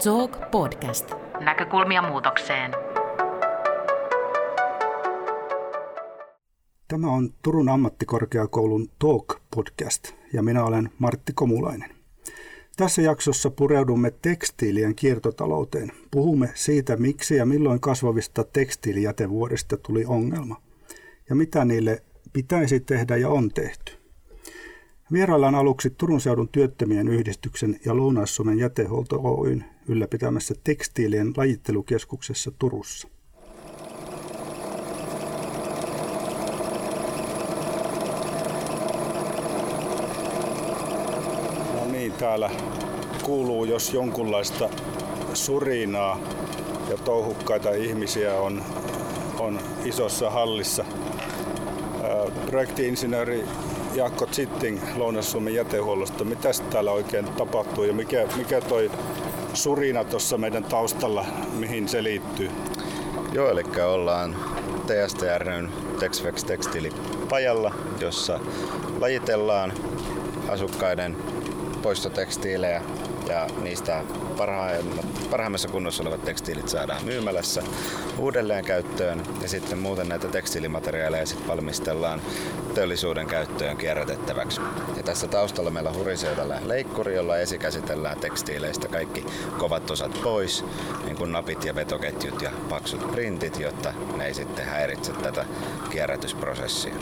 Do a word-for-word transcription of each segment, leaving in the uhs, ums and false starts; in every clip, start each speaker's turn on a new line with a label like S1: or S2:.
S1: Talk Podcast. Näkökulmia muutokseen.
S2: Tämä on Turun ammattikorkeakoulun Talk Podcast ja minä olen Martti Komulainen. Tässä jaksossa pureudumme tekstiilien kiertotalouteen. Puhumme siitä, miksi ja milloin kasvavista tekstiilijätevuodista tuli ongelma ja mitä niille pitäisi tehdä ja on tehty. Vieraillaan aluksi Turun seudun työttömien yhdistyksen ja Lounais-Suomen jätehuolto Oyn ylläpitämässä tekstiilien lajittelukeskuksessa Turussa.
S3: No niin, täällä kuuluu jos jonkunlaista surinaa ja touhukkaita ihmisiä on, on isossa hallissa. Projekti-insinööri Jaakko Zitting Lounais-Suomen jätehuollosta. Mitäs täällä oikein tapahtuu ja mikä, mikä toi surina tuossa meidän taustalla, mihin se liittyy?
S4: Joo, eli ollaan T S T R:n Texvex tekstiilipajalla, jossa lajitellaan asukkaiden poistotekstiilejä ja niistä parhaimmassa kunnossa olevat tekstiilit saadaan myymälässä uudelleen käyttöön ja sitten muuten näitä tekstiilimateriaaleja sitten valmistellaan teollisuuden käyttöön kierrätettäväksi. Ja tässä taustalla meillä hurisee tällainen leikkuri, jolla esikäsitellään tekstiileistä kaikki kovat osat pois, niin kuin napit ja vetoketjut ja paksut printit, jotta ne ei sitten häiritse tätä kierrätysprosessia.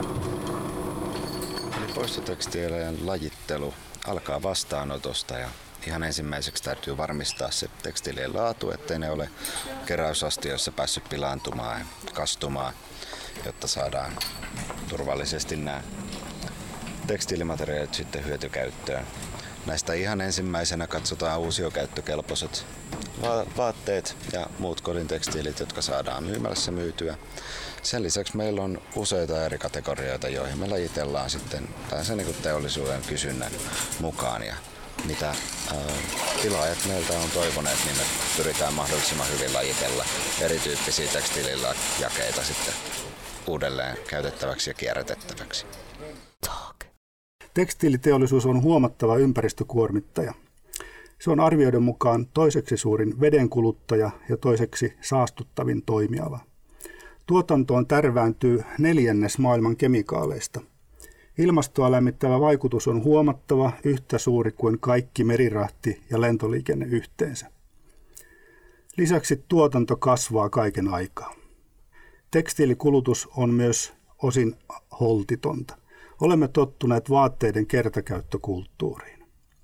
S4: Eli poistotekstiilien lajittelu alkaa vastaanotosta ja ihan ensimmäiseksi täytyy varmistaa se tekstiilien laatu, ettei ne ole keräysastioissa päässyt pilaantumaan ja kastumaan, jotta saadaan turvallisesti nämä tekstiilimateriaalit sitten hyötykäyttöön. Näistä ihan ensimmäisenä katsotaan uusiokäyttökelpoiset vaatteet ja muut kodin tekstiilit, jotka saadaan myymälässä myytyä. Sen lisäksi meillä on useita eri kategorioita, joihin me lajitellaan sitten sen niin kuin teollisuuden kysynnän mukaan. Ja mitä ää, tilaajat meiltä on toivoneet, niin me pyritään mahdollisimman hyvin lajitella erityyppisiä tekstiilijakeita sitten uudelleen käytettäväksi ja kierrätettäväksi.
S2: Talk. Tekstiiliteollisuus on huomattava ympäristökuormittaja. Se on arvioiden mukaan toiseksi suurin vedenkuluttaja ja toiseksi saastuttavin toimiala. Tuotantoon tärvääntyy neljännes maailman kemikaaleista. Ilmastoa lämmittävä vaikutus on huomattava, yhtä suuri kuin kaikki merirahti ja lentoliikenne yhteensä. Lisäksi tuotanto kasvaa kaiken aikaa. Tekstiilikulutus on myös osin holtitonta. Olemme tottuneet vaatteiden kertakäyttökulttuuriin.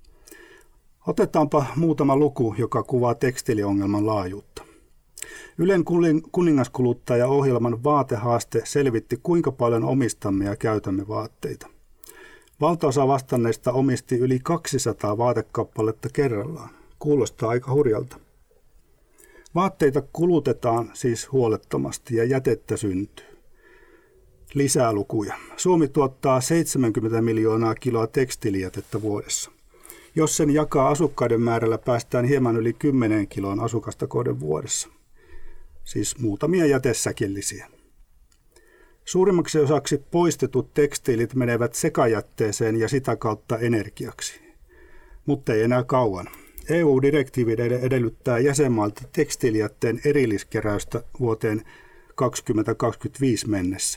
S2: Otetaanpa muutama luku, joka kuvaa tekstiiliongelman laajuutta. Ylen kuningaskuluttaja-ohjelman vaatehaaste selvitti, kuinka paljon omistamme ja käytämme vaatteita. Valtaosa vastanneista omisti yli kaksisataa vaatekappaletta kerrallaan. Kuulostaa aika hurjalta. Vaatteita kulutetaan siis huolettomasti ja jätettä syntyy. Lisää lukuja. Suomi tuottaa seitsemänkymmentä miljoonaa kiloa tekstiilijätettä vuodessa. Jos sen jakaa asukkaiden määrällä, päästään hieman yli kymmenen kiloon asukasta kohden vuodessa. Siis muutamia jätesäkillisiä. Suurimmaksi osaksi poistetut tekstiilit menevät sekajätteeseen ja sitä kautta energiaksi. Mutta ei enää kauan. E U-direktiivi edellyttää jäsenmailta tekstiilijätteen erilliskeräystä vuoteen kaksituhattakaksikymmentäviisi mennessä.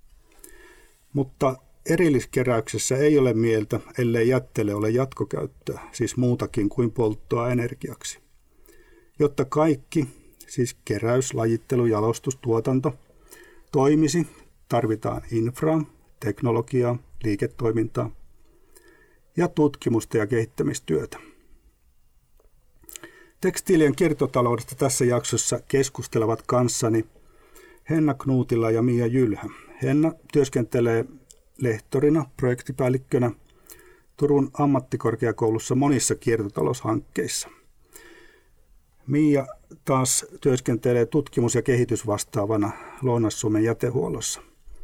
S2: Mutta erilliskeräyksessä ei ole mieltä, ellei jätteelle ole jatkokäyttöä, siis muutakin kuin polttoa energiaksi. Jotta kaikki, siis keräys, lajittelu, jalostus, tuotanto, toimisi, tarvitaan infraa, teknologiaa, liiketoimintaa ja tutkimusta ja kehittämistyötä. Tekstiilien kiertotaloudesta tässä jaksossa keskustelevat kanssani Henna Knuutila ja Mia Jylhä. Henna työskentelee lehtorina, projektipäällikkönä Turun ammattikorkeakoulussa monissa kiertotaloushankkeissa. Mia taas työskentelee tutkimus- ja kehitysvastaavana Lounais-Suomen jätehuollossa.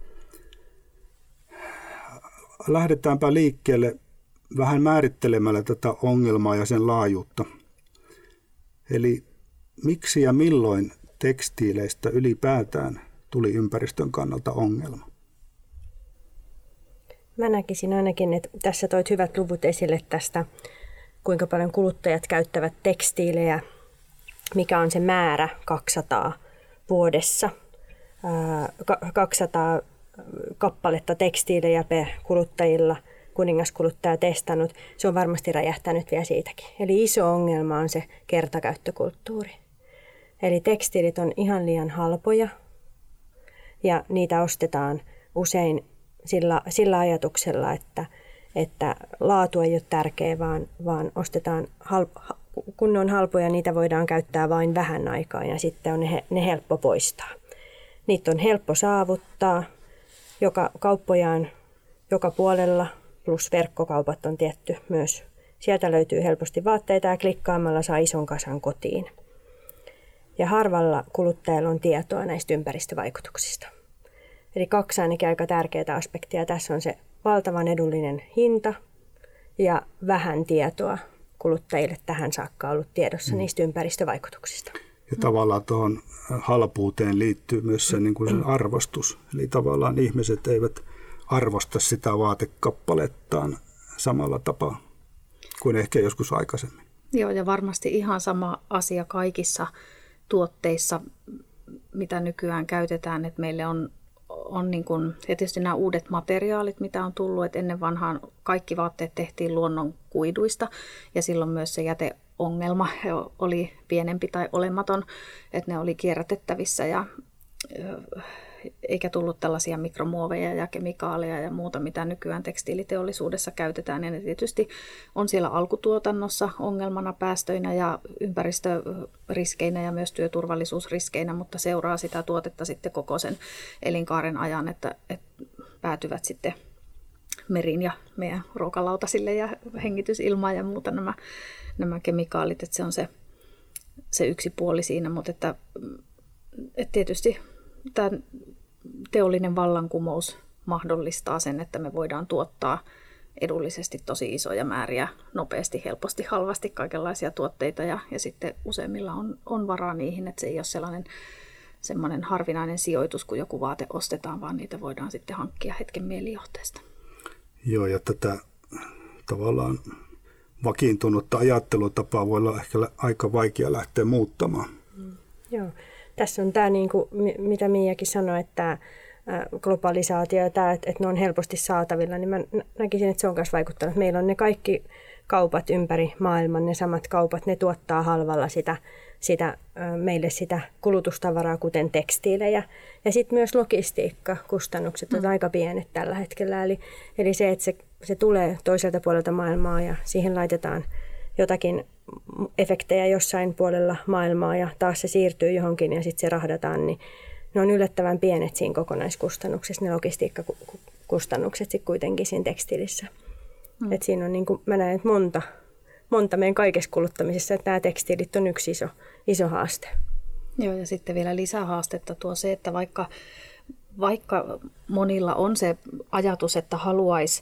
S2: Lähdetäänpä liikkeelle vähän määrittelemällä tätä ongelmaa ja sen laajuutta. Eli miksi ja milloin tekstiileistä ylipäätään tuli ympäristön kannalta ongelma?
S5: Mä näkisin ainakin, että tässä toit hyvät luvut esille tästä kuinka paljon kuluttajat käyttävät tekstiilejä, mikä on se määrä kaksisataa vuodessa. kaksisataa kappaletta tekstiilejä per kuluttajilla kuningaskuluttaja testannut. Se on varmasti räjähtänyt vielä siitäkin. Eli iso ongelma on se kertakäyttökulttuuri. Eli tekstiilit on ihan liian halpoja ja niitä ostetaan usein sillä, sillä ajatuksella, että, että laatu ei ole tärkeä, vaan, vaan ostetaan, hal, kun ne on halpoja, niitä voidaan käyttää vain vähän aikaa ja sitten on ne, ne helppo poistaa. Niitä on helppo saavuttaa, joka kauppoja on joka puolella, plus verkkokaupat on tietty myös. Sieltä löytyy helposti vaatteita ja klikkaamalla saa ison kasan kotiin. Ja harvalla kuluttajalla on tietoa näistä ympäristövaikutuksista. Eli kaksi ainakin aika tärkeää aspektia. Tässä on se valtavan edullinen hinta ja vähän tietoa kuluttajille tähän saakka ollut tiedossa mm. niistä ympäristövaikutuksista.
S2: Ja tavallaan tuohon halpuuteen liittyy myös se, niin kuin se arvostus. Eli tavallaan ihmiset eivät arvosta sitä vaatekappalettaan samalla tapaa kuin ehkä joskus aikaisemmin.
S6: Joo, ja varmasti ihan sama asia kaikissa tuotteissa, mitä nykyään käytetään, että meille on, on niin kuin, ja tietysti nämä uudet materiaalit, mitä on tullut, että ennen vanhaan kaikki vaatteet tehtiin luonnon kuiduista, ja silloin myös se jäteongelma oli pienempi tai olematon, että ne oli kierrätettävissä, ja eikä tullut tällaisia mikromuoveja ja kemikaaleja ja muuta, mitä nykyään tekstiiliteollisuudessa käytetään. Ja ne tietysti on siellä alkutuotannossa ongelmana päästöinä ja ympäristöriskeinä ja myös työturvallisuusriskeinä, mutta seuraa sitä tuotetta sitten koko sen elinkaaren ajan, että, että päätyvät sitten meriin ja meidän ruokalautasille ja hengitysilmaan ja muuta nämä, nämä kemikaalit. Että se on se, se yksi puoli siinä, mutta että, että tietysti tämä teollinen vallankumous mahdollistaa sen, että me voidaan tuottaa edullisesti tosi isoja määriä, nopeasti, helposti, halvasti kaikenlaisia tuotteita ja, ja sitten useimmilla on, on varaa niihin, että se ei ole sellainen semmoinen harvinainen sijoitus, kun joku vaate ostetaan, vaan niitä voidaan sitten hankkia hetken mielijohteesta.
S2: Joo, ja tätä tavallaan vakiintunutta ajattelutapaa voi olla ehkä aika vaikea lähteä muuttamaan.
S5: Mm. Joo. Tässä on tämä, niin kuin, mitä Miiakin sanoi, että tämä globalisaatio ja tämä, että ne on helposti saatavilla, niin mä näkisin, että se on myös vaikuttanut. Meillä on ne kaikki kaupat ympäri maailman, ne samat kaupat, ne tuottaa halvalla sitä, sitä, meille sitä kulutustavaraa, kuten tekstiilejä. Ja sitten myös logistiikkakustannukset on mm. aika pienet tällä hetkellä. Eli, eli se, että se, se tulee toiselta puolelta maailmaa ja siihen laitetaan jotakin efektejä jossain puolella maailmaa ja taas se siirtyy johonkin ja sitten se rahdataan, niin ne on yllättävän pienet siinä kokonaiskustannuksessa, ne logistiikkakustannukset sitten kuitenkin siinä tekstiilissä. Mm. Et siinä on, niin kuin, mä näen, että monta, monta meidän kaikessa kuluttamisessa, että nämä tekstiilit on yksi iso, iso haaste.
S6: Joo, ja sitten vielä lisähaastetta tuo se, että vaikka, vaikka monilla on se ajatus, että haluaisi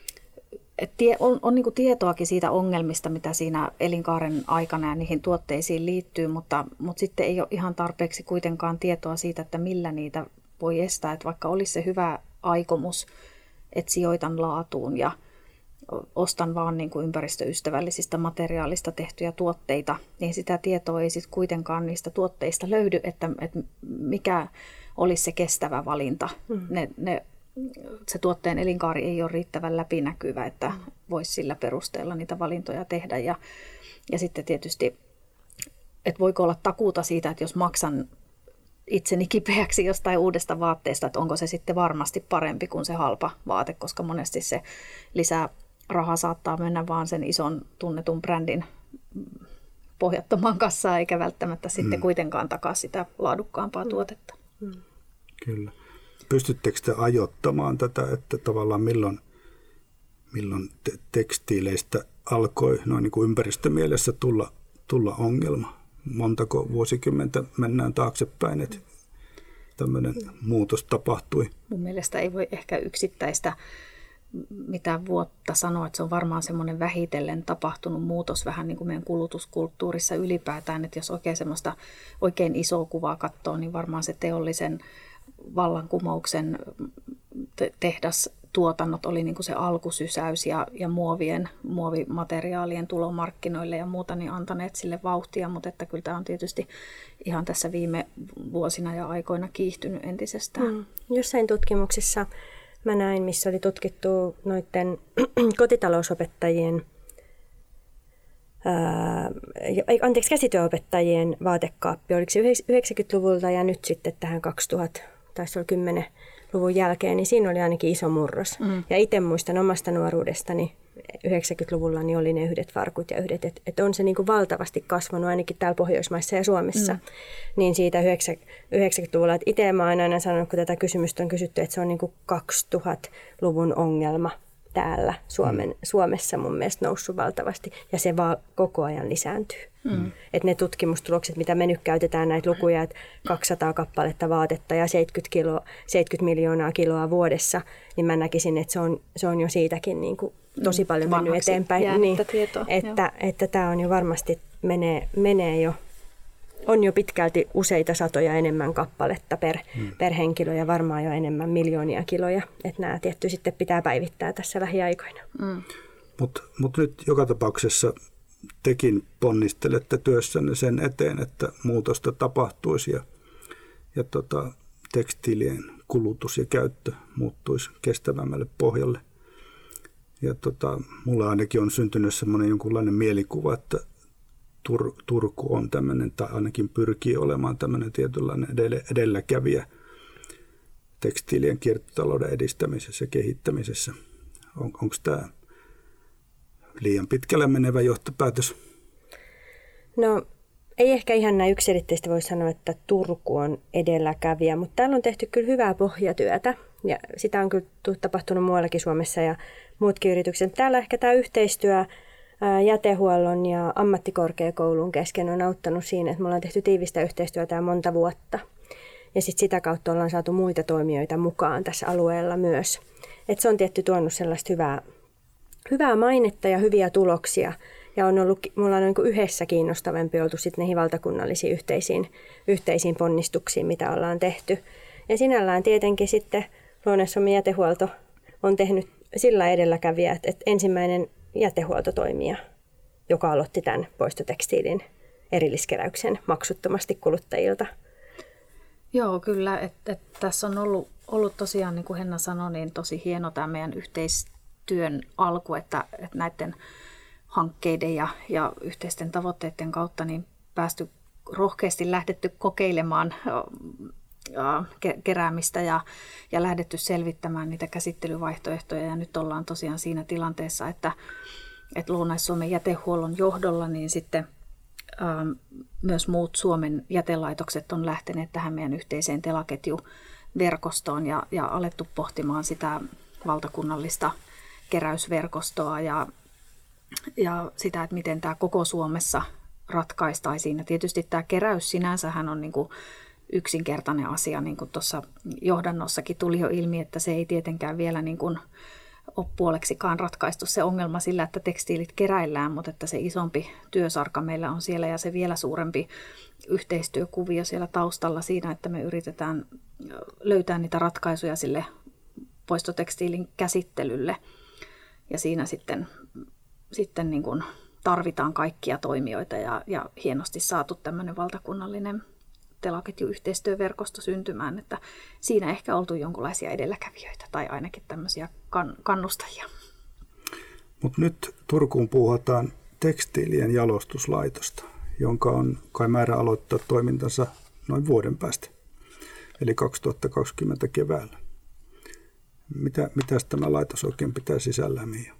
S6: Tie, on on niin kuin tietoakin siitä ongelmista, mitä siinä elinkaaren aikana ja niihin tuotteisiin liittyy, mutta, mutta sitten ei ole ihan tarpeeksi kuitenkaan tietoa siitä, että millä niitä voi estää. Että vaikka olisi se hyvä aikomus, että sijoitan laatuun ja ostan vaan niin kuin ympäristöystävällisistä materiaalista tehtyjä tuotteita, niin sitä tietoa ei sitten kuitenkaan niistä tuotteista löydy, että, että mikä olisi se kestävä valinta. Mm. Ne, ne Se tuotteen elinkaari ei ole riittävän läpinäkyvä, että voisi sillä perusteella niitä valintoja tehdä. Ja, ja sitten tietysti, että voiko olla takuuta siitä, että jos maksan itseni kipeäksi jostain uudesta vaatteesta, että onko se sitten varmasti parempi kuin se halpa vaate, koska monesti se lisää rahaa saattaa mennä vaan sen ison tunnetun brändin pohjattomaan kassaan, eikä välttämättä sitten kuitenkaan takaa sitä laadukkaampaa mm. tuotetta.
S2: Mm. Kyllä. Pystyttekö te ajoittamaan tätä, että tavallaan milloin, milloin te- tekstiileistä alkoi noin niin kuin ympäristömielessä tulla, tulla ongelma? Montako vuosikymmentä mennään taaksepäin, että tämmöinen muutos tapahtui?
S6: Mun mielestä ei voi ehkä yksittäistä mitään vuotta sanoa, että se on varmaan semmoinen vähitellen tapahtunut muutos vähän niin kuin meidän kulutuskulttuurissa ylipäätään, että jos oikein semmoista oikein isoa kuvaa katsoo, niin varmaan se teollisen vallankumouksen tehdas, tuotannot oli niin kuin se alkusysäys ja, ja muovien, muovimateriaalien tulo markkinoille ja muuta, niin antaneet sille vauhtia, mutta että kyllä tämä on tietysti ihan tässä viime vuosina ja aikoina kiihtynyt entisestään. Mm.
S5: Jossain tutkimuksissa mä näin, missä oli tutkittu noiden kotitalousopettajien, ää, anteeksi, käsityöopettajien vaatekaappi, oliko se yhdeksänkymmentäluvulta ja nyt sitten tähän kaksituhatta, taisi olla kymmenen luvun jälkeen, niin siinä oli ainakin iso murros. Mm. Ja itse muistan omasta nuoruudestani yhdeksänkymmentäluvulla niin oli ne yhdet farkut ja yhdet, että et on se niin kuin valtavasti kasvanut ainakin täällä Pohjoismaissa ja Suomessa. Mm. Niin siitä yhdeksänkymmentäluvulla, että itse mä oon aina sanonut, kun tätä kysymystä on kysytty, että se on niin kuin kaksituhattaluvun ongelma täällä Suomen, mm. Suomessa mun mielestä noussut valtavasti ja se vaan koko ajan lisääntyy. Mm. Että ne tutkimustulokset, mitä me nyt käytetään näitä lukuja, että kaksisataa kappaletta vaatetta ja seitsemänkymmentä, kilo, seitsemänkymmentä miljoonaa kiloa vuodessa, niin mä näkisin, että se on, se on jo siitäkin niin kuin tosi paljon mennyt eteenpäin. Niin,
S6: tietoa,
S5: että, että tämä on jo varmasti menee, menee jo, on jo pitkälti useita satoja enemmän kappaletta per, mm. per henkilö ja varmaan jo enemmän miljoonia kiloja. Että nämä tietty sitten pitää päivittää tässä lähiaikoina. Mm.
S2: Mutta mut nyt joka tapauksessa tekin ponnistelette työssänne sen eteen, että muutosta tapahtuisi ja, ja tota, tekstiilien kulutus ja käyttö muuttuisi kestävämmälle pohjalle. Ja tota, mulla ainakin on syntynyt semmoinen jonkunlainen mielikuva, että Tur- Turku on tämmöinen, tai ainakin pyrkii olemaan tämmöinen tietynlainen edelläkävijä tekstiilien kiertotalouden edistämisessä ja kehittämisessä. On, onko tämä liian pitkälle menevä johtopäätös?
S5: No ei ehkä ihan näin yksiselitteisesti voi sanoa, että Turku on edelläkävijä, mutta täällä on tehty kyllä hyvää pohjatyötä ja sitä on kyllä tapahtunut muuallakin Suomessa ja muutkin yritykset. Täällä ehkä tämä yhteistyö jätehuollon ja ammattikorkeakoulun kesken on auttanut siinä, että me ollaan tehty tiivistä yhteistyötä jo monta vuotta. Ja sitten sitä kautta ollaan saatu muita toimijoita mukaan tässä alueella myös. Et se on tietty tuonut sellaista hyvää, hyvää mainetta ja hyviä tuloksia. Ja on ollut, me ollaan niin kuin yhdessä kiinnostavampi oltu sitten niihin valtakunnallisiin yhteisiin, yhteisiin ponnistuksiin, mitä ollaan tehty. Ja sinällään tietenkin sitten Lounais-Suomen jätehuolto on tehnyt sillä edelläkävijä, että ensimmäinen jätehuoltotoimija, joka aloitti tämän poistotekstiilin erilliskeräyksen maksuttomasti kuluttajilta.
S6: Joo, kyllä. Että et tässä on ollut, ollut tosiaan, niin kuin Henna sanoi, niin tosi hieno tämä meidän yhteistyön alku, että, että näiden hankkeiden ja, ja yhteisten tavoitteiden kautta niin päästy rohkeasti lähdetty kokeilemaan keräämistä ja, ja lähdetty selvittämään niitä käsittelyvaihtoehtoja. Ja nyt ollaan tosiaan siinä tilanteessa, että, että Lounais-Suomen jätehuollon johdolla niin sitten ähm, myös muut Suomen jätelaitokset on lähteneet tähän meidän yhteiseen telaketjuverkostoon ja, ja alettu pohtimaan sitä valtakunnallista keräysverkostoa ja, ja sitä, että miten tämä koko Suomessa ratkaistaisiin. Ja tietysti tämä keräys sinänsähän on niin kuin yksinkertainen asia, niin kuin tuossa johdannossakin tuli jo ilmi, että se ei tietenkään vielä niin kuin ole puoleksikaan ratkaistu se ongelma sillä, että tekstiilit keräillään, mutta että se isompi työsarka meillä on siellä ja se vielä suurempi yhteistyökuvio siellä taustalla siinä, että me yritetään löytää niitä ratkaisuja sille poistotekstiilin käsittelylle ja siinä sitten, sitten niin kuin tarvitaan kaikkia toimijoita ja, ja hienosti saatu tämmöinen valtakunnallinen telaketjuyhteistyöverkosto syntymään, että siinä ehkä oltu jonkinlaisia edelläkävijöitä tai ainakin tämmöisiä kan- kannustajia.
S2: Mutta nyt Turkuun puhutaan tekstiilien jalostuslaitosta, jonka on kai määrä aloittaa toimintansa noin vuoden päästä, eli kaksituhattakaksikymmentä keväällä. Mitä, mitäs tämä laitos oikein pitää sisällään, Miia?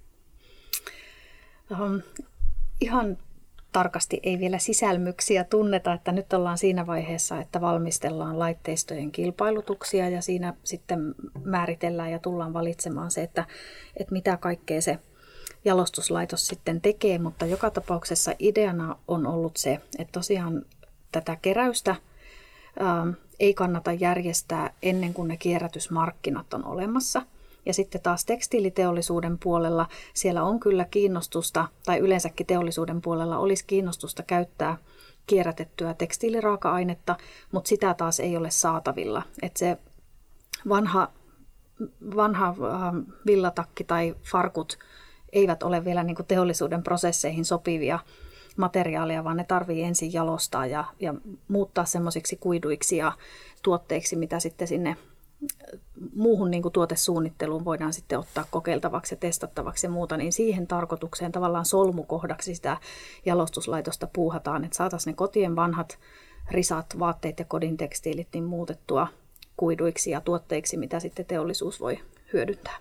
S6: Um, ihan tarkasti ei vielä sisälmyksiä tunneta, että nyt ollaan siinä vaiheessa, että valmistellaan laitteistojen kilpailutuksia ja siinä sitten määritellään ja tullaan valitsemaan se, että, että mitä kaikkea se jalostuslaitos sitten tekee, mutta joka tapauksessa ideana on ollut se, että tosiaan tätä keräystä ää, ei kannata järjestää ennen kuin ne kierrätysmarkkinat on olemassa. Ja sitten taas tekstiiliteollisuuden puolella siellä on kyllä kiinnostusta, tai yleensäkin teollisuuden puolella olisi kiinnostusta käyttää kierrätettyä tekstiiliraaka-ainetta, mutta sitä taas ei ole saatavilla. Että se vanha vanha villatakki tai farkut eivät ole vielä niin kuin teollisuuden prosesseihin sopivia materiaaleja, vaan ne tarvitsee ensin jalostaa ja, ja muuttaa semmoisiksi kuiduiksi ja tuotteiksi, mitä sitten sinne muuhun niin kuin tuotesuunnitteluun voidaan sitten ottaa kokeiltavaksi ja testattavaksi ja muuta, niin siihen tarkoitukseen tavallaan solmukohdaksi sitä jalostuslaitosta puuhataan, että saataisiin ne kotien vanhat risat, vaatteet ja kodin tekstiilit niin muutettua kuiduiksi ja tuotteiksi, mitä sitten teollisuus voi hyödyntää.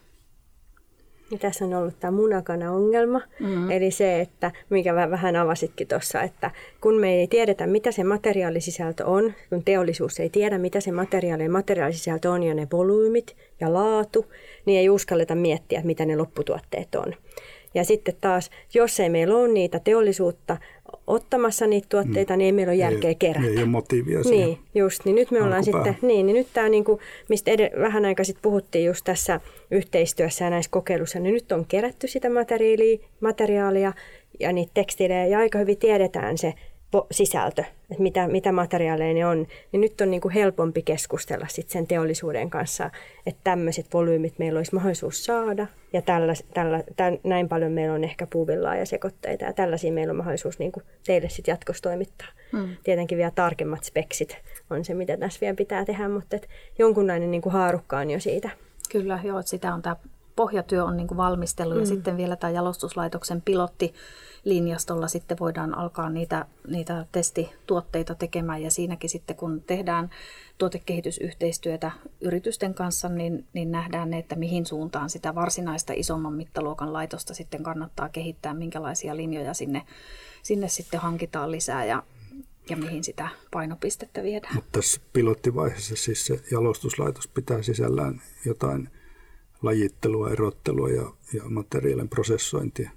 S5: Ja tässä on ollut tämä munakana-ongelma, mm-hmm. eli se, että mikä vähän avasitkin tuossa, että kun me ei tiedetä, mitä se materiaalisisältö on, kun teollisuus ei tiedä, mitä se materiaali ja materiaalisisältö on ja ne volyymit ja laatu, niin ei uskalleta miettiä, mitä ne lopputuotteet on. Ja sitten taas, jos ei meillä ole niitä teollisuutta ottamassa niitä tuotteita, mm. niin ei meillä ole järkeä
S2: ei,
S5: kerätä.
S2: Ei ole motiivia siihen.
S5: Niin, just. Niin nyt me ollaan sitten, niin, niin nyt tämä, niin kuin, mistä ed- vähän aikaa sitten puhuttiin just tässä yhteistyössä ja näissä kokeiluissa, niin nyt on kerätty sitä materiaalia, materiaalia ja niitä tekstiilejä ja aika hyvin tiedetään se sisältö, että mitä, mitä materiaaleja ne on, niin nyt on niin kuin helpompi keskustella sit sen teollisuuden kanssa, että tämmöiset volyymit meillä olisi mahdollisuus saada ja tällä, tällä, tämän, näin paljon meillä on ehkä puuvillaa ja sekoitteita ja tällaisia meillä on mahdollisuus niin kuin teille sitten jatkossa toimittaa. Hmm. Tietenkin vielä tarkemmat speksit on se, mitä tässä vielä pitää tehdä, mutta et jonkunlainen niin kuin haarukka on jo siitä.
S6: Kyllä, joo, että sitä on tämä pohjatyö on niin kuin valmistelu hmm. ja sitten vielä tämä jalostuslaitoksen pilotti linjastolla sitten voidaan alkaa niitä, niitä testituotteita tekemään ja siinäkin sitten kun tehdään tuotekehitysyhteistyötä yritysten kanssa, niin, niin nähdään ne, että mihin suuntaan sitä varsinaista isomman mittaluokan laitosta sitten kannattaa kehittää, minkälaisia linjoja sinne, sinne sitten hankitaan lisää ja, ja mihin sitä painopistettä viedään.
S2: Mutta tässä pilottivaiheessa siis se jalostuslaitos pitää sisällään jotain lajittelua, erottelua ja, ja materiaalin prosessointia.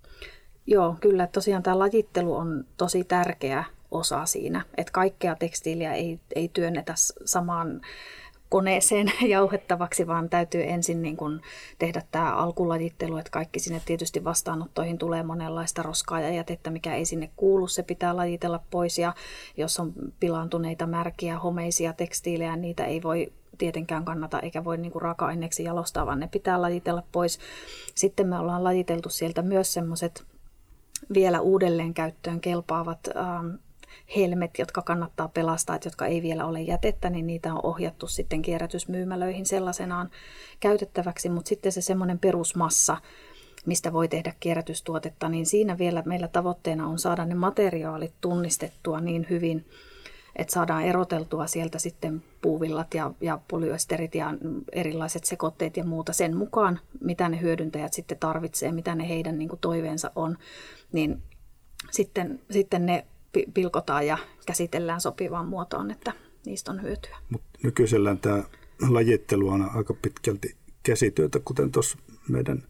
S6: Joo, kyllä. Tosiaan tämä lajittelu on tosi tärkeä osa siinä, että kaikkea tekstiiliä ei, ei työnnetä samaan koneeseen jauhettavaksi, vaan täytyy ensin niin kuin tehdä tämä alkulajittelu, että kaikki sinne tietysti vastaanottoihin tulee monenlaista roskaa ja jätettä, mikä ei sinne kuulu, se pitää lajitella pois ja jos on pilaantuneita, märkiä, homeisia tekstiilejä, niitä ei voi tietenkään kannata eikä voi niinku raaka-aineeksi jalostaa, vaan ne pitää lajitella pois. Sitten me ollaan lajiteltu sieltä myös semmoiset vielä uudelleen käyttöön kelpaavat ähm, helmet, jotka kannattaa pelastaa, että jotka ei vielä ole jätettä, niin niitä on ohjattu sitten kierrätysmyymälöihin sellaisenaan käytettäväksi, mutta sitten se semmoinen perusmassa, mistä voi tehdä kierrätystuotetta, niin siinä vielä meillä tavoitteena on saada ne materiaalit tunnistettua niin hyvin, että saadaan eroteltua sieltä sitten puuvillat ja, ja polyesterit ja erilaiset sekoitteet ja muuta sen mukaan, mitä ne hyödyntäjät sitten tarvitsee, mitä ne heidän niin kuin toiveensa on, niin sitten, sitten ne pilkotaan ja käsitellään sopivaan muotoon, että niistä on hyötyä. Mut
S2: nykyisellään tämä lajittelu on aika pitkälti käsityötä, kuten tuossa meidän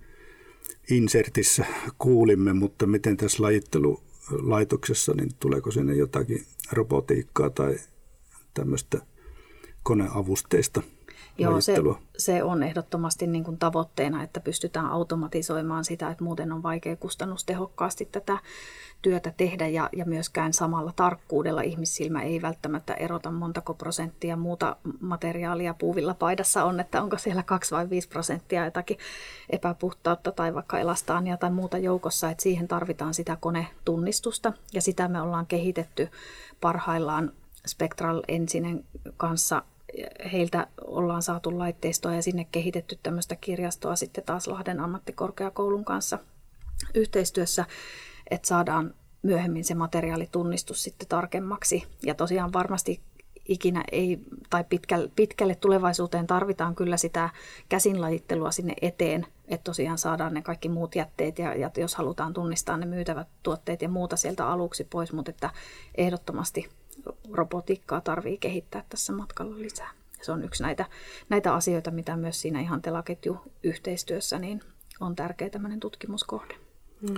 S2: insertissä kuulimme, mutta miten tässä lajittelulaitoksessa, niin tuleeko sinne jotakin robotiikkaa tai tämmöistä koneavusteista
S6: Joo, se,
S2: lajittelua?
S6: Se on ehdottomasti niin kuin tavoitteena, että pystytään automatisoimaan sitä, että muuten on vaikea kustannustehokkaasti tätä työtä tehdä ja, ja myöskään samalla tarkkuudella ihmissilmä ei välttämättä erota montako prosenttia muuta materiaalia puuvilla paidassa on, että onko siellä kaksi vai viisi prosenttia jotakin epäpuhtautta tai vaikka elastaania tai muuta joukossa, että siihen tarvitaan sitä konetunnistusta ja sitä me ollaan kehitetty parhaillaan Spectral Ensinen kanssa. Heiltä ollaan saatu laitteistoa ja sinne kehitetty tämmöistä kirjastoa sitten taas Lahden ammattikorkeakoulun kanssa yhteistyössä, että saadaan myöhemmin se materiaalitunnistus sitten tarkemmaksi. Ja tosiaan varmasti ikinä ei, tai pitkälle, pitkälle tulevaisuuteen tarvitaan kyllä sitä käsinlajittelua sinne eteen, että tosiaan saadaan ne kaikki muut jätteet ja, ja jos halutaan tunnistaa ne myytävät tuotteet ja muuta sieltä aluksi pois, mutta että ehdottomasti robotiikkaa tarvii kehittää tässä matkalla lisää. Se on yksi näitä, näitä asioita, mitä myös siinä ihan telaketjuyhteistyössä niin on tärkeä tämmöinen tutkimuskohde. Mm.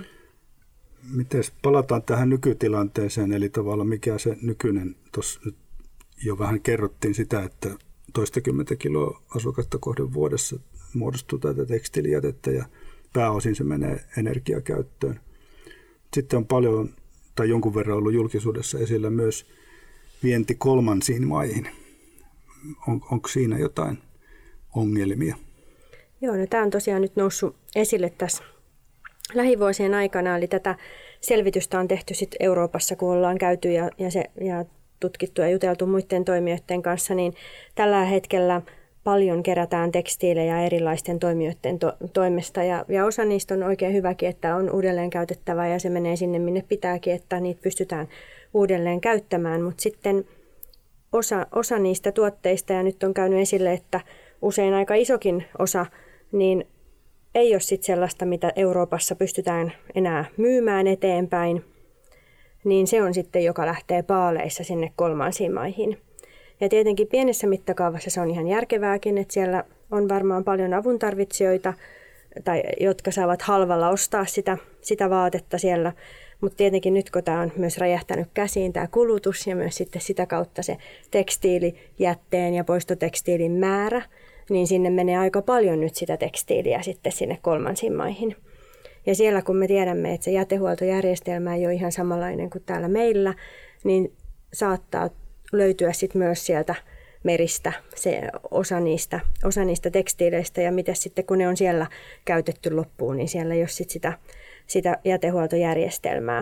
S2: Miten palataan tähän nykytilanteeseen, eli tavallaan mikä se nykyinen, tuossa nyt jo vähän kerrottiin sitä, että toistakymmentä kiloa asukasta kohden vuodessa muodostuu tätä tekstiilijätettä ja pääosin se menee energiakäyttöön. Sitten on paljon tai jonkun verran ollut julkisuudessa esillä myös vienti kolmansiin maihin. On, onko siinä jotain ongelmia?
S5: Joo, no tämä on tosiaan nyt noussut esille tässä lähivuosien aikana, eli tätä selvitystä on tehty sit Euroopassa, kun ollaan käyty ja, ja, se, ja tutkittu ja juteltu muiden toimijoiden kanssa, niin tällä hetkellä paljon kerätään tekstiilejä erilaisten toimijoiden to- toimesta ja, ja osa niistä on oikein hyväkin, että on uudelleen käytettävää ja se menee sinne, minne pitääkin, että niitä pystytään uudelleen käyttämään, mutta sitten osa, osa niistä tuotteista, ja nyt on käynyt esille, että usein aika isokin osa, niin ei ole sit sellaista, mitä Euroopassa pystytään enää myymään eteenpäin, niin se on sitten, joka lähtee paaleissa sinne kolmansiin maihin. Ja tietenkin pienessä mittakaavassa se on ihan järkevääkin, että siellä on varmaan paljon avuntarvitsijoita, tai jotka saavat halvalla ostaa sitä, sitä vaatetta siellä. Mutta tietenkin nyt, kun tämä on myös räjähtänyt käsiin, tämä kulutus ja myös sitten sitä kautta se tekstiilijätteen ja poistotekstiilin määrä, niin sinne menee aika paljon nyt sitä tekstiiliä sitten sinne kolmansiin maihin. Ja siellä kun me tiedämme, että se jätehuoltojärjestelmä ei ole ihan samanlainen kuin täällä meillä, niin saattaa löytyä sitten myös sieltä meristä se osa niistä, osa niistä tekstiileistä. Ja miten sitten kun ne on siellä käytetty loppuun, niin siellä ei ole sit sitä, sitä jätehuoltojärjestelmää.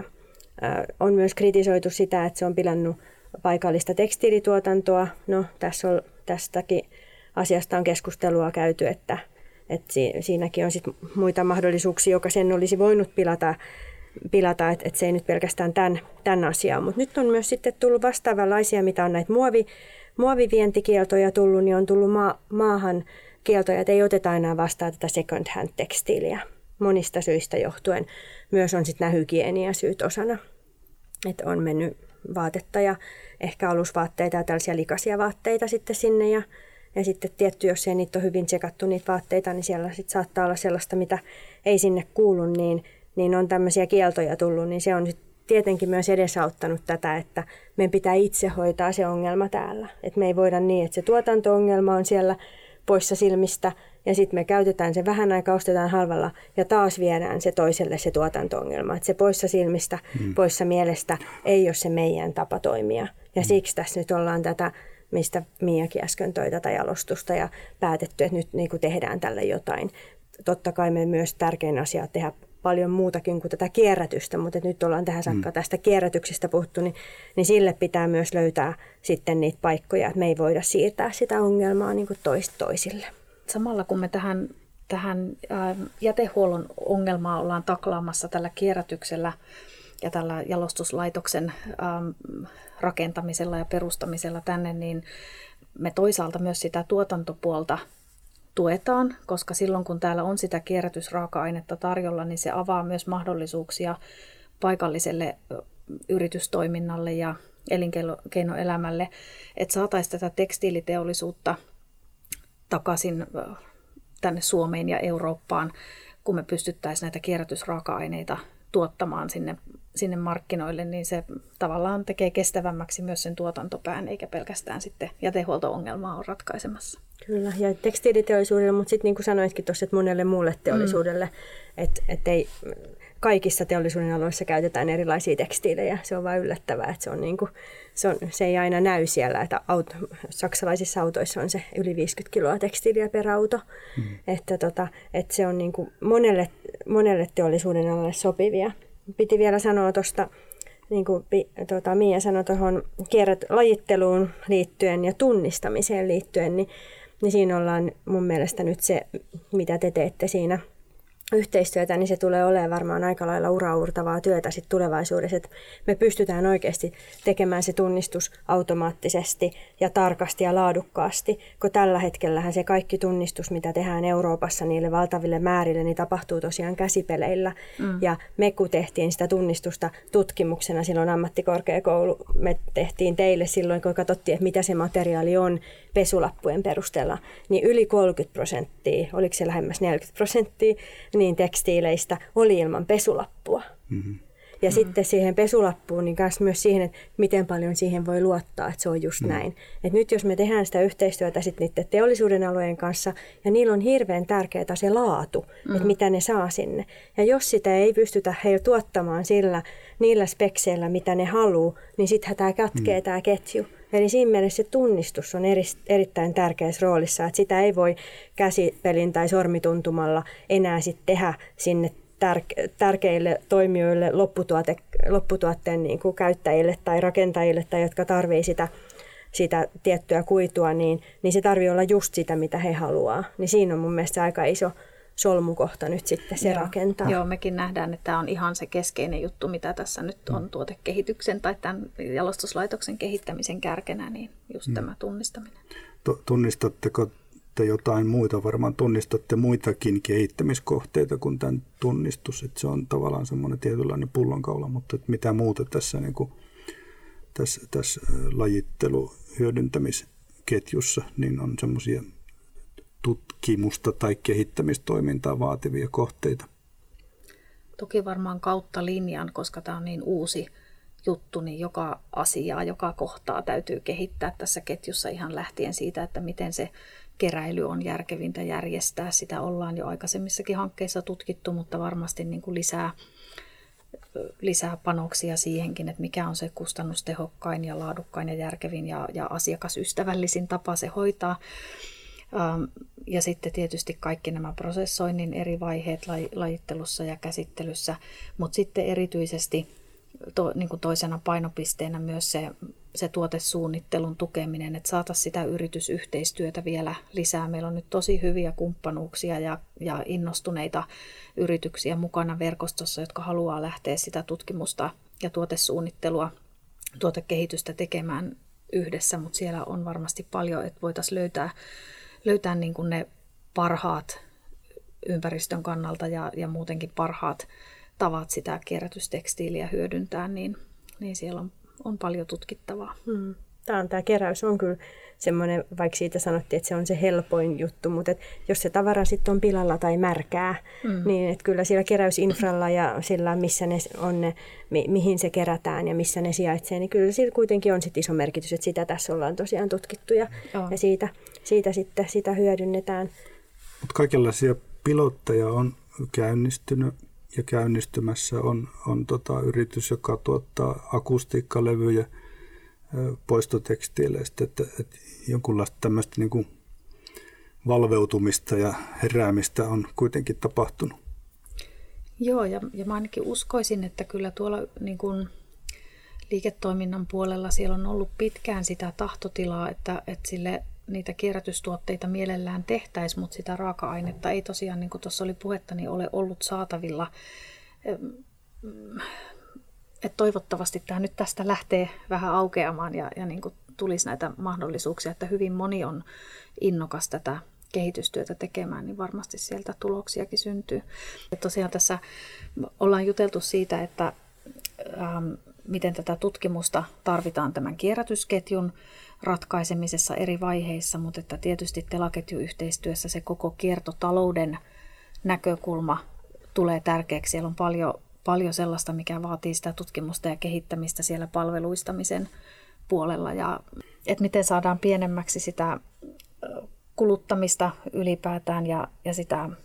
S5: On myös kritisoitu sitä, että se on pilannut paikallista tekstiilituotantoa. No tässä on, tästäkin asiasta on keskustelua käyty, että, että siinäkin on sit muita mahdollisuuksia, joka sen olisi voinut pilata, pilata että, että se ei nyt pelkästään tämän, tämän asiaa. Mutta nyt on myös sitten tullut vastaavanlaisia, mitä on näitä muovi, muovivientikieltoja tullut, niin on tullut maa, maahan kieltoja, että ei oteta enää vastaan tätä second hand tekstiiliä monista syistä johtuen. Myös on sitten nämä hygieniasyyt osana, että on mennyt vaatetta ja ehkä alusvaatteita ja tällaisia likaisia vaatteita sitten sinne ja Ja sitten tietty, jos ei niitä ole hyvin tsekattu niitä vaatteita, niin siellä sit saattaa olla sellaista, mitä ei sinne kuulu, niin, niin on tämmöisiä kieltoja tullut. Niin se on sit tietenkin myös edesauttanut tätä, että meidän pitää itse hoitaa se ongelma täällä. Että me ei voida niin, että se tuotanto-ongelma on siellä poissa silmistä ja sitten me käytetään se vähän aikaa, ostetaan halvalla ja taas viedään se toiselle se tuotanto-ongelma. Että se poissa silmistä, mm. poissa mielestä ei ole se meidän tapa toimia. Ja mm. siksi tässä nyt ollaan tätä, mistä Miakin äsken toi tätä jalostusta ja päätetty, että nyt niin kuin tehdään tälle jotain. Totta kai me myös tärkein asia on tehdä paljon muutakin kuin tätä kierrätystä, mutta nyt ollaan tähän saakka mm. tästä kierrätyksestä puhuttu, niin, niin sille pitää myös löytää sitten niitä paikkoja, että me ei voida siirtää sitä ongelmaa niin kuin toista toisille.
S6: Samalla kun me tähän, tähän jätehuollon ongelmaa ollaan taklaamassa tällä kierrätyksellä ja tällä jalostuslaitoksen ähm, rakentamisella ja perustamisella tänne, niin me toisaalta myös sitä tuotantopuolta tuetaan, koska silloin kun täällä on sitä kierrätysraaka-ainetta tarjolla, niin se avaa myös mahdollisuuksia paikalliselle yritystoiminnalle ja elinkeinoelämälle, että saataisiin tätä tekstiiliteollisuutta takaisin tänne Suomeen ja Eurooppaan, kun me pystyttäisiin näitä kierrätysraaka-aineita tuottamaan sinne, sinne markkinoille, niin se tavallaan tekee kestävämmäksi myös sen tuotantopään, eikä pelkästään sitten jätehuolto-ongelmaa ole ratkaisemassa.
S5: Kyllä, ja tekstiiliteollisuudelle, mutta sitten niin kuin sanoitkin tuossa, että monelle muulle teollisuudelle, mm. että et ei kaikissa teollisuuden aloissa käytetään erilaisia tekstiilejä. Se on vain yllättävää, että se, on niin kuin, se, on, se ei aina näy siellä, että auto, saksalaisissa autoissa on se yli viisikymmentä kiloa tekstiiliä per auto, mm. että, tota, että se on niin kuin monelle, monelle teollisuuden alalle sopivia. Piti vielä sanoa tuosta, niin kuin tuota, Mia sanoi tuohon lajitteluun liittyen ja tunnistamiseen liittyen, niin, niin siinä ollaan mun mielestä nyt se, mitä te teette siinä yhteistyötä, niin se tulee olemaan varmaan aika lailla uraurtavaa työtä sit tulevaisuudessa, että me pystytään oikeasti tekemään se tunnistus automaattisesti ja tarkasti ja laadukkaasti, kun tällä hetkellähän se kaikki tunnistus, mitä tehdään Euroopassa niille valtaville määrille, niin tapahtuu tosiaan käsipeleillä. Mm. Ja me kun tehtiin sitä tunnistusta tutkimuksena silloin ammattikorkeakoulu, me tehtiin teille silloin, kun katsottiin, että mitä se materiaali on pesulappujen perusteella, niin yli kolmekymmentä prosenttia, oliko se lähemmäs neljäkymmentä prosenttia, niin tekstiileistä oli ilman pesulappua. Mm-hmm. Ja mm-hmm. sitten siihen pesulappuun, niin myös siihen, että miten paljon siihen voi luottaa, että se on just mm-hmm. näin. Et nyt jos me tehdään sitä yhteistyötä sit niiden teollisuuden alojen kanssa, ja niillä on hirveän tärkeää se laatu, mm-hmm. että mitä ne saa sinne. Ja jos sitä ei pystytä heillä tuottamaan sillä, niillä spekseillä, mitä ne haluaa, niin sittenhän tämä katkee mm-hmm. tämä ketju. Eli siinä mielessä se tunnistus on eri, erittäin tärkeässä roolissa, että sitä ei voi käsipelin tai sormituntumalla enää sit tehdä sinne tärke, tärkeille toimijoille, lopputuote, lopputuotteen niin kuin käyttäjille tai rakentajille, tai jotka tarvitsevat sitä, sitä tiettyä kuitua, niin, niin se tarvitsee olla just sitä, mitä he haluaa. Niin siinä on mun mielestä aika iso solmukohta nyt sitten se
S6: Joo.
S5: rakentaa.
S6: Joo, mekin nähdään, että tämä on ihan se keskeinen juttu, mitä tässä nyt on tuotekehityksen tai tämän jalostuslaitoksen kehittämisen kärkenä, niin just mm. tämä tunnistaminen.
S2: Tunnistatteko te jotain muita? Varmaan tunnistatte muitakin kehittämiskohteita kuin tämän tunnistus, että se on tavallaan semmoinen tietynlainen pullonkaula, mutta että mitä muuta tässä, niin kuin, tässä, tässä lajittelu-hyödyntämisketjussa niin on semmoisia tutkimusta tai kehittämistoimintaa vaativia kohteita?
S6: Toki varmaan kautta linjan, koska tämä on niin uusi juttu, niin joka asiaa, joka kohtaa täytyy kehittää tässä ketjussa ihan lähtien siitä, että miten se keräily on järkevintä järjestää. Sitä ollaan jo aikaisemmissakin hankkeissa tutkittu, mutta varmasti niin kuin lisää, lisää panoksia siihenkin, että mikä on se kustannustehokkain ja laadukkain ja järkevin ja, ja asiakasystävällisin tapa se hoitaa. Ja sitten tietysti kaikki nämä prosessoinnin eri vaiheet lajittelussa ja käsittelyssä, mutta sitten erityisesti to, niin kuin toisena painopisteenä myös se, se tuotesuunnittelun tukeminen, että saataisiin sitä yritysyhteistyötä vielä lisää. Meillä on nyt tosi hyviä kumppanuuksia ja, ja innostuneita yrityksiä mukana verkostossa, jotka haluaa lähteä sitä tutkimusta ja tuotesuunnittelua, tuotekehitystä tekemään yhdessä, mutta siellä on varmasti paljon, että voitaisiin löytää löytää niin kuin ne parhaat ympäristön kannalta ja, ja muutenkin parhaat tavat sitä kierrätystekstiiliä hyödyntää, niin, niin siellä on, on paljon tutkittavaa.
S5: Hmm. Tämä, on, tämä keräys on kyllä semmoinen, vaikka siitä sanottiin, että se on se helpoin juttu, mutta et jos se tavara sitten on pilalla tai märkää, hmm. niin että kyllä siellä keräysinfralla ja sillä, missä ne on ne, mi, mihin se kerätään ja missä ne sijaitsee, niin kyllä sillä kuitenkin on sit iso merkitys, että sitä tässä ollaan tosiaan tutkittu ja, ja siitä, siitä sitten sitä hyödynnetään.
S2: Mutta kaikenlaisia pilotteja on käynnistynyt ja käynnistymässä on, on tota yritys, joka tuottaa akustiikkalevyjä poistotekstiileistä, että, että jonkunlaista tämmöistä niin kuin valveutumista ja heräämistä on kuitenkin tapahtunut.
S6: Joo, ja, ja mä ainakin uskoisin, että kyllä tuolla niin kuin liiketoiminnan puolella siellä on ollut pitkään sitä tahtotilaa, että, että sille niitä kierrätystuotteita mielellään tehtäisiin, mutta sitä raaka-ainetta ei tosiaan, niin kuin tuossa oli puhetta, niin ole ollut saatavilla. Että toivottavasti tämä nyt tästä lähtee vähän aukeamaan ja, ja niin kuin tulisi näitä mahdollisuuksia, että hyvin moni on innokas tätä kehitystyötä tekemään, niin varmasti sieltä tuloksiakin syntyy. Ja tosiaan tässä ollaan juteltu siitä, että ähm, miten tätä tutkimusta tarvitaan tämän kierrätysketjun ratkaisemisessa eri vaiheissa, mutta että tietysti telaketjuyhteistyössä se koko kiertotalouden näkökulma tulee tärkeäksi. Siellä on paljon Paljon sellaista, mikä vaatii sitä tutkimusta ja kehittämistä siellä palveluistamisen puolella. Ja että miten saadaan pienemmäksi sitä kuluttamista ylipäätään ja, ja sitä ähm,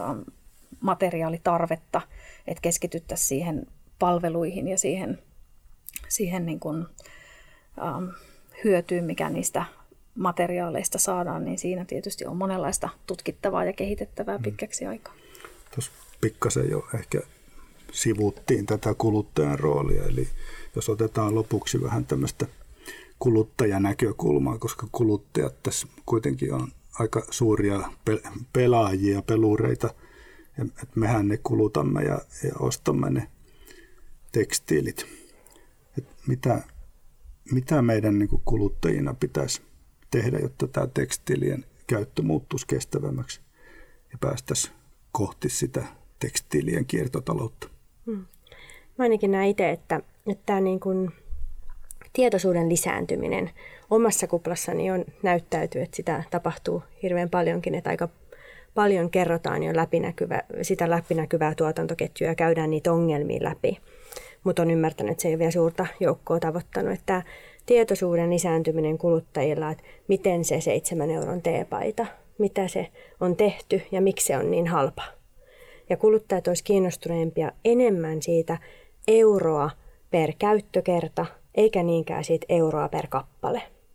S6: materiaalitarvetta, että keskityttäisiin siihen palveluihin ja siihen, siihen niin kuin, ähm, hyötyyn, mikä niistä materiaaleista saadaan, niin siinä tietysti on monenlaista tutkittavaa ja kehitettävää pitkäksi aikaa.
S2: Tuossa pikkasen jo ehkä sivuttiin tätä kuluttajan roolia, eli jos otetaan lopuksi vähän tämmöistä kuluttajanäkökulmaa, koska kuluttajat tässä kuitenkin on aika suuria pelaajia, pelureita, ja että mehän ne kulutamme ja, ja ostamme ne tekstiilit. Et mitä, mitä meidän niin kuin kuluttajina pitäisi tehdä, jotta tämä tekstiilien käyttö muuttuisi kestävämmäksi ja päästäisiin kohti sitä tekstiilien kiertotaloutta?
S5: Hmm. Mä ainakin näen itse, että, että tämä niin kuin tietoisuuden lisääntyminen omassa kuplassani on näyttäytyy, että sitä tapahtuu hirveän paljonkin, että aika paljon kerrotaan jo läpinäkyvä, sitä läpinäkyvää tuotantoketjua ja käydään niitä ongelmia läpi. Mutta on ymmärtänyt, että se ei ole vielä suurta joukkoa tavoittanut. Että tämä tietoisuuden lisääntyminen kuluttajilla, että miten se seitsemän euron teepaita, mitä se on tehty ja miksi se on niin halpa. Ja kuluttajat olisivat kiinnostuneempia enemmän siitä euroa per käyttökerta, eikä niinkään siitä euroa per kappale.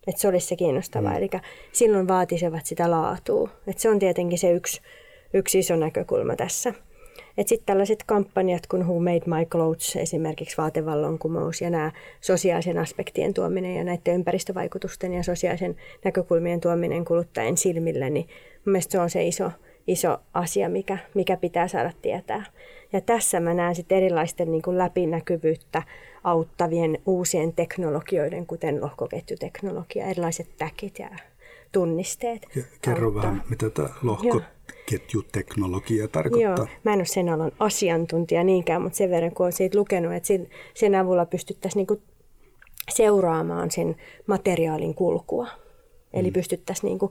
S5: että se olisi se kiinnostavaa. Mm. Eli silloin vaatisivat sitä laatua. Et se on tietenkin se yksi, yksi iso näkökulma tässä. Sitten tällaiset kampanjat kuin Who Made My Clothes, esimerkiksi vaatevallonkumous ja nämä sosiaalisen aspektien tuominen ja näiden ympäristövaikutusten ja sosiaalisen näkökulmien tuominen kuluttajien silmille, niin mielestäni se on se iso, iso asia, mikä, mikä pitää saada tietää. Ja tässä mä näen sitten erilaisten niin kuin läpinäkyvyyttä auttavien uusien teknologioiden, kuten lohkoketjuteknologia, erilaiset tagit ja tunnisteet. Ja
S2: kerro
S5: auttaa.
S2: vähän, mitä tämä lohkoketjuteknologia tarkoittaa.
S5: Joo, mä en ole sen alan asiantuntija niinkään, mutta sen verran kun olen siitä lukenut, että sen avulla pystyttäisiin niinku seuraamaan sen materiaalin kulkua. Eli mm. pystyttäisiin niinku,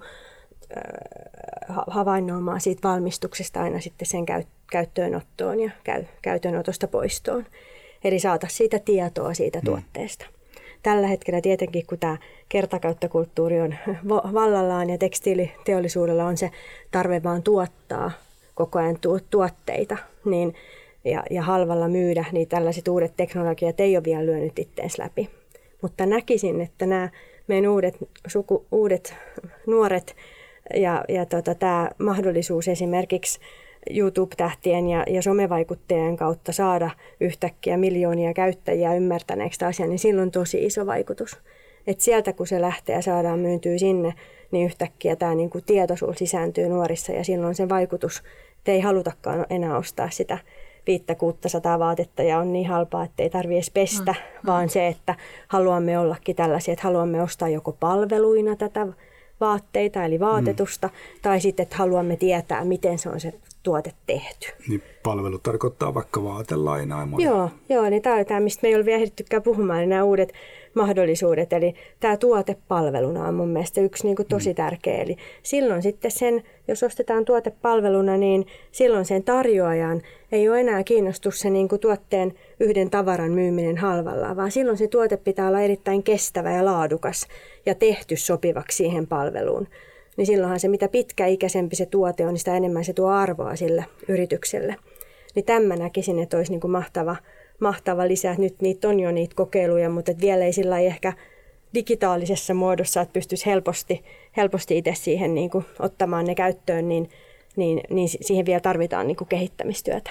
S5: äh, havainnoimaan siitä valmistuksesta aina sitten sen käy, käyttöönottoon ja käy, käytönotosta poistoon. Eli saataisiin siitä tietoa siitä mm. tuotteesta. Tällä hetkellä tietenkin, kun tämä kertakäyttökulttuuri on vallallaan ja tekstiiliteollisuudella on se tarve vaan tuottaa koko ajan tuotteita niin, ja, ja halvalla myydä, niin tällaiset uudet teknologiat ei ole vielä lyönyt itteensä läpi. Mutta näkisin, että nämä meidän uudet, suku, uudet nuoret ja, ja tota, tämä mahdollisuus esimerkiksi YouTube-tähtien ja, ja somevaikuttajien kautta saada yhtäkkiä miljoonia käyttäjiä ymmärtäneeksi asian, niin silloin on tosi iso vaikutus. Et sieltä kun se lähtee ja saadaan myyntyä sinne, niin yhtäkkiä tämä niinku tietoisuus lisääntyy nuorissa ja silloin se vaikutus, että ei halutakaan enää ostaa sitä viittä kuuttasataa vaatetta ja on niin halpaa, että ei tarvitse edes pestä, mm. vaan se, että haluamme ollakin tällaisia, että haluamme ostaa joko palveluina tätä vaatteita eli vaatetusta, mm. tai sitten, että haluamme tietää, miten se on se tuote tehty.
S2: Niin palvelu tarkoittaa vaikka vaatelainaa.
S5: Joo, joo, niin tämä on tämä, mistä me ei ole vielä ehdittykään puhumaan, niin nämä uudet mahdollisuudet. Eli tämä tuote palveluna on mun mielestä yksi niin kuin tosi tärkeä. Eli silloin sitten sen, jos ostetaan tuote palveluna, niin silloin sen tarjoajan ei ole enää kiinnostus se niin kuin tuotteen yhden tavaran myyminen halvalla, vaan silloin se tuote pitää olla erittäin kestävä ja laadukas ja tehty sopivaksi siihen palveluun. Niin silloinhan se, mitä pitkäikäisempi se tuote on, niin sitä enemmän se tuo arvoa sille yritykselle. Niin tämän näkisin, että olisi niin kuin mahtava, mahtava lisää. Nyt niitä on jo niitä kokeiluja, mutta vielä ei sillä ei ehkä digitaalisessa muodossa, että pystyisi helposti, helposti itse siihen niin kuin ottamaan ne käyttöön, niin, niin, niin siihen vielä tarvitaan niin kuin kehittämistyötä.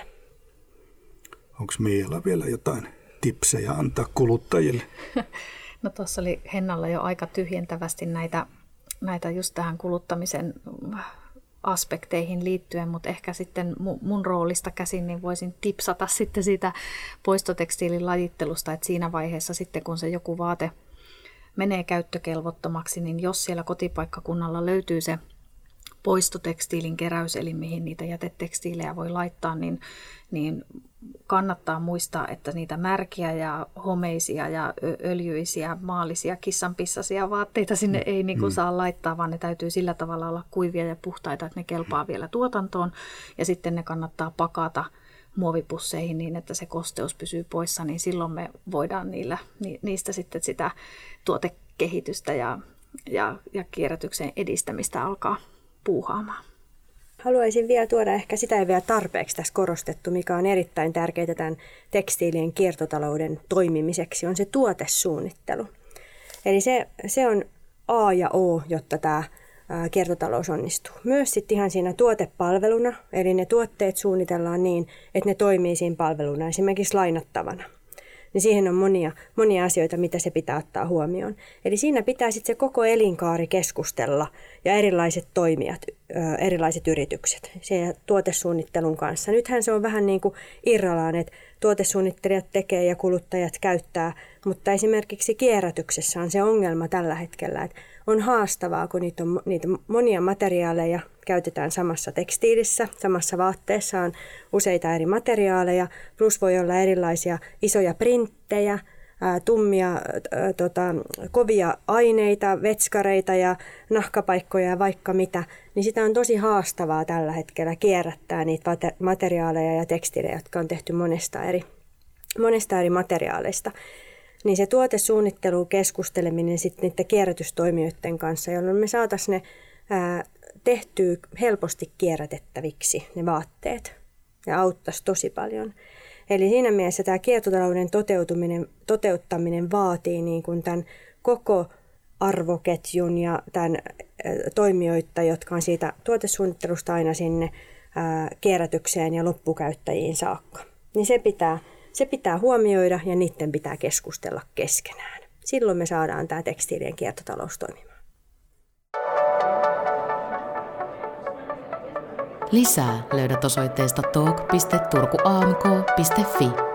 S2: Onko meillä vielä jotain tipsejä antaa kuluttajille?
S6: No tuossa oli Hennalla jo aika tyhjentävästi näitä näitä just tähän kuluttamisen aspekteihin liittyen, mutta ehkä sitten mun roolista käsin niin voisin tipsata sitten siitä poistotekstiilin lajittelusta, että siinä vaiheessa sitten kun se joku vaate menee käyttökelvottomaksi, niin jos siellä kotipaikkakunnalla löytyy se poistotekstiilin keräys, eli mihin niitä jätetekstiilejä voi laittaa, niin, niin kannattaa muistaa, että niitä märkiä ja homeisia ja öljyisiä, maallisia, kissanpissaisia vaatteita sinne ei niin kuin saa laittaa, vaan ne täytyy sillä tavalla olla kuivia ja puhtaita, että ne kelpaa vielä tuotantoon. Ja sitten ne kannattaa pakata muovipusseihin niin, että se kosteus pysyy poissa, niin silloin me voidaan niillä, niistä sitten sitä tuotekehitystä ja, ja, ja kierrätyksen edistämistä alkaa puuhaamaan.
S5: Haluaisin vielä tuoda ehkä sitä ei vielä tarpeeksi tässä korostettu, mikä on erittäin tärkeää tämän tekstiilien kiertotalouden toimimiseksi, on se tuotesuunnittelu. Eli se, se on A ja O, jotta tämä kiertotalous onnistuu. Myös sitten ihan siinä tuotepalveluna, eli ne tuotteet suunnitellaan niin, että ne toimii siinä palveluna, esimerkiksi lainattavana. Niin siihen on monia, monia asioita, mitä se pitää ottaa huomioon. Eli siinä pitää sitten se koko elinkaari keskustella ja erilaiset toimijat, erilaiset yritykset se tuotesuunnittelun kanssa. Nythän se on vähän niin kuin irrallaan, että tuotesuunnittelijat tekee ja kuluttajat käyttää, mutta esimerkiksi kierrätyksessä on se ongelma tällä hetkellä, että on haastavaa, kun niitä, on, niitä monia materiaaleja käytetään samassa tekstiilissä, samassa vaatteessa on useita eri materiaaleja, plus voi olla erilaisia isoja printtejä, ää, tummia, ää, tota, kovia aineita, vetskareita ja nahkapaikkoja ja vaikka mitä, niin sitä on tosi haastavaa tällä hetkellä kierrättää niitä materiaaleja ja tekstiilejä, jotka on tehty monesta eri, monesta eri materiaaleista. Niin se tuotesuunnittelu, keskusteleminen sitten niiden kierrätystoimijoiden kanssa, jolloin me saataisiin ne ää, tehtyä helposti kierrätettäviksi ne vaatteet ja auttaisi tosi paljon. Eli siinä mielessä tämä kiertotalouden toteutuminen, toteuttaminen vaatii niin kuin tämän koko arvoketjun ja tämän toimijoita, jotka on siitä tuotesuunnittelusta aina sinne ää, kierrätykseen ja loppukäyttäjiin saakka. Niin se pitää, se pitää huomioida ja niiden pitää keskustella keskenään. Silloin me saadaan tämä tekstiilien kiertotalous toimimaan.
S1: Lisää löydät osoitteesta talk piste turku a m k piste f i.